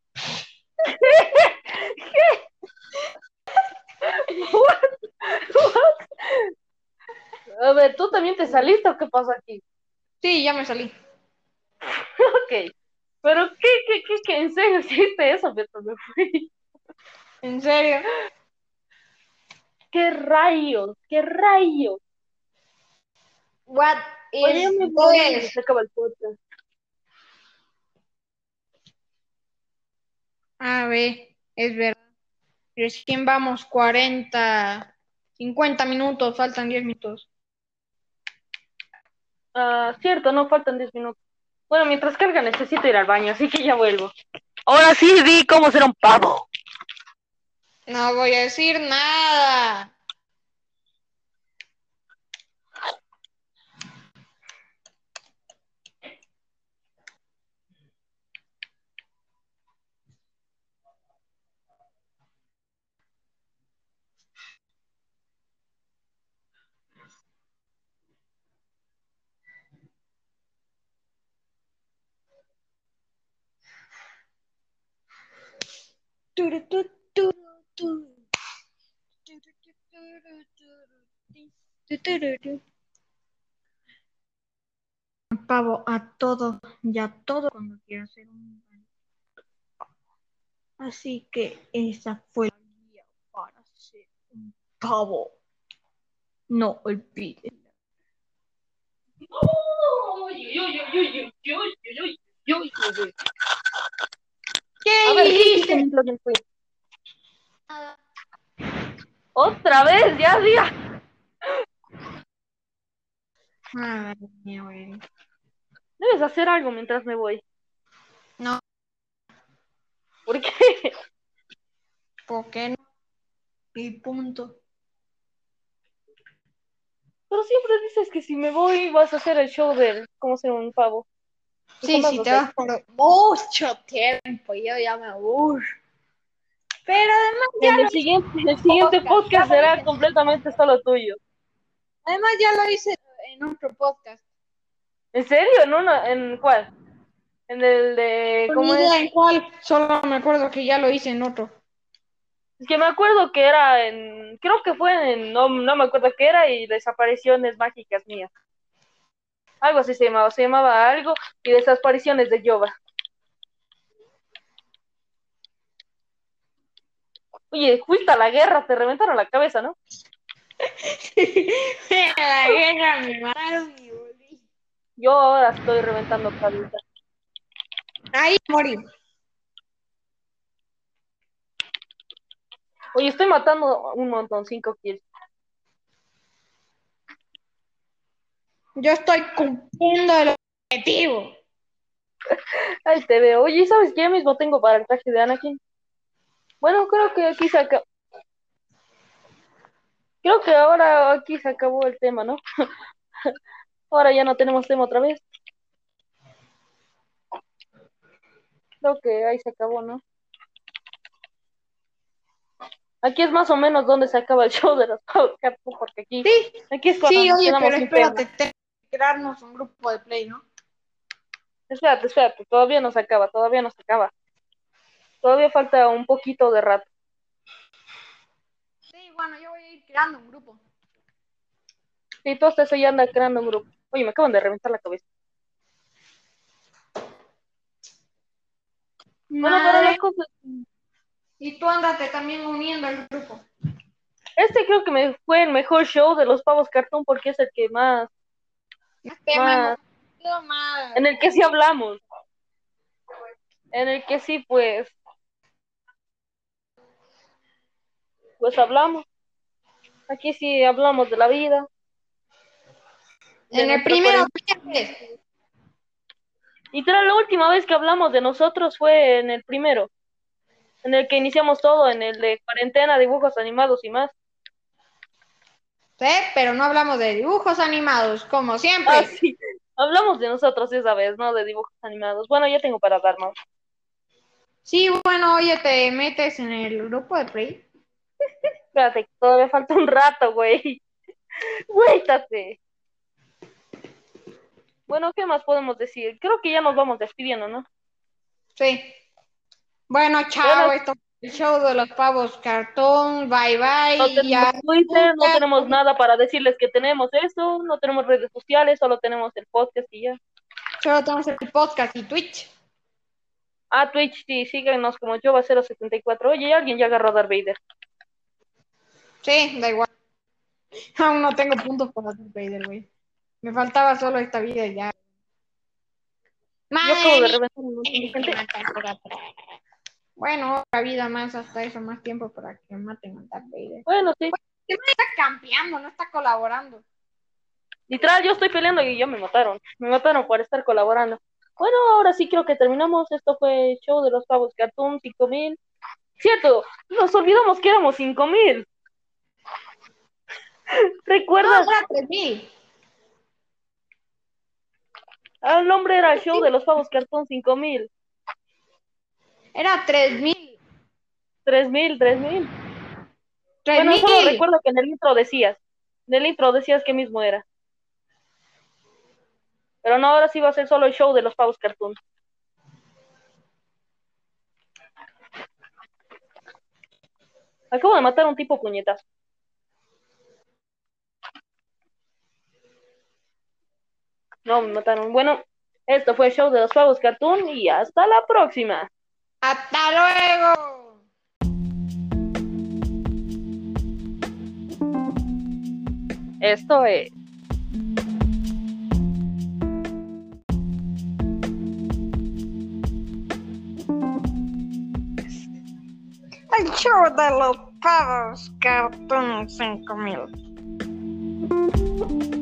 What? What? A ver, ¿tú también te saliste o qué pasó aquí? Sí, ya me salí. Ok. Pero, ¿qué? ¿En serio hiciste eso mientras me fui? ¿En serio? ¿Qué rayos? ¿Qué rayos? What Oye, is ya me voy, ya this? se acaba el podcast. A ver, es verdad. Recién vamos 40, 50 minutos, faltan 10 minutos. Ah, cierto, no faltan 10 minutos. Bueno, mientras carga necesito ir al baño, así que ya vuelvo. Ahora sí vi cómo ser un pavo. No voy a decir nada. Turu, tu, turu, turu. Turu, tu, turu, turu. Tu, turu, tu. Pavo a todo y a todo cuando quiera hacer un... Así que esa fue la guía para hacer un pavo. No olvides. A ¿Qué ver, ¿qué hiciste dijiste? mientras me fui? Otra vez, ya, ya. Madre mía, güey. Debes hacer algo mientras me voy. No, ¿Por qué? ¿por qué no? Y punto. Pero siempre dices que si me voy vas a hacer el show de cómo ser un pavo. ¿Y Sí, jamás sí, lo te haces? vas por mucho tiempo. Yo ya me aburro. Pero además ya lo hice El en un siguiente podcast. Ya podcast lo será hice. completamente solo tuyo. Además ya lo hice en otro podcast. ¿En serio? ¿En cuál? En el de, No, ni ¿cómo es? idea en cuál. Solo me acuerdo que ya lo hice en otro. Es que me acuerdo que era creo que fue no me acuerdo qué era y desapariciones mágicas mías. Algo así se llamaba algo y desapariciones de Yoba. Oye, fuiste a la guerra, te reventaron la cabeza, ¿no? En la guerra me mataron y volví. Yo ahora estoy reventando cabeza. Ahí morí. Oye, estoy matando un montón, 5 kills. Yo estoy cumpliendo el objetivo. Ahí te veo. Oye, ¿sabes qué? Ya mismo tengo para el traje de Anakin. Bueno, creo que aquí se acabó. Creo que ahora aquí se acabó el tema, ¿no? Ahora ya no tenemos tema otra vez. Creo que ahí se acabó, ¿no? Aquí es más o menos donde se acaba el show de los podcasts, porque aquí, Sí, aquí es cuando sí, nos oye, quedamos pero sin tema. espérate, tenemos que crearnos un grupo de play, ¿no? Espérate, todavía no se acaba. Todavía falta un poquito de rato. Sí, bueno, yo voy a ir creando un grupo. Y todo eso ya anda creando un grupo. Oye, me acaban de reventar la cabeza. Bueno, pero Madre, las cosas... y tú ándate también uniendo al grupo. Este creo que me fue el mejor show de los pavos cartoon porque es el que más... Más tema, más. En el que sí hablamos. En el que sí, pues hablamos. Aquí sí hablamos de la vida. De En el nuestra primero, cuarentena. Literal, la última vez que hablamos de nosotros fue en el primero. En el que iniciamos todo, en el de cuarentena, dibujos animados y más. sí, pero no hablamos de dibujos animados, como siempre. Ah, sí. Hablamos de nosotros esa vez, ¿no? De dibujos animados. Bueno, ya tengo para hablar más. Sí, bueno, oye, te metes en el grupo de play. Espérate, todavía falta un rato, güey. Cuéntate. Bueno, ¿qué más podemos decir? Creo que ya nos vamos despidiendo, ¿no? Sí. Bueno, chao, Bueno, esto es el show de los pavos cartón, bye no bye, tenemos ya. Twitter, no tenemos nada para decirles que tenemos eso, no tenemos redes sociales, solo tenemos el podcast y ya. Solo tenemos el podcast y Twitch. Ah, Twitch, sí, síguenos como Jova074. Oye, alguien ya agarró a Darth Vader. Sí, da igual. Aún no tengo puntos para Darth Vader, güey. Me faltaba solo esta vida y ya. Yo acabo Madre de mía, reventar un montón de tienen que gente. matar por atrás. Bueno, otra vida más hasta eso, más tiempo para que maten a Darth Vader. Bueno, sí. ¿Qué me está campeando? No está colaborando. Literal, yo estoy peleando y ya me mataron. Me mataron por estar colaborando. Bueno, ahora sí creo que terminamos. Esto fue el show de los pavos cartoon 5000. Cierto, nos olvidamos que éramos 5000. ¿Recuerdas? No, era 3000. El nombre era show de los pavos cartoon 5000. Era 3000. 3000. 3000. Bueno, solo recuerdo que en el intro decías. En el intro decías que mismo era. Pero no, ahora sí va a ser solo el show de los pavos cartoon. Acabo de matar a un tipo puñetazo. No, me mataron. Bueno, esto fue el show de los pavos cartoon y hasta la próxima. ¡Hasta luego! Esto es... El show de los pavos cartoon 5000.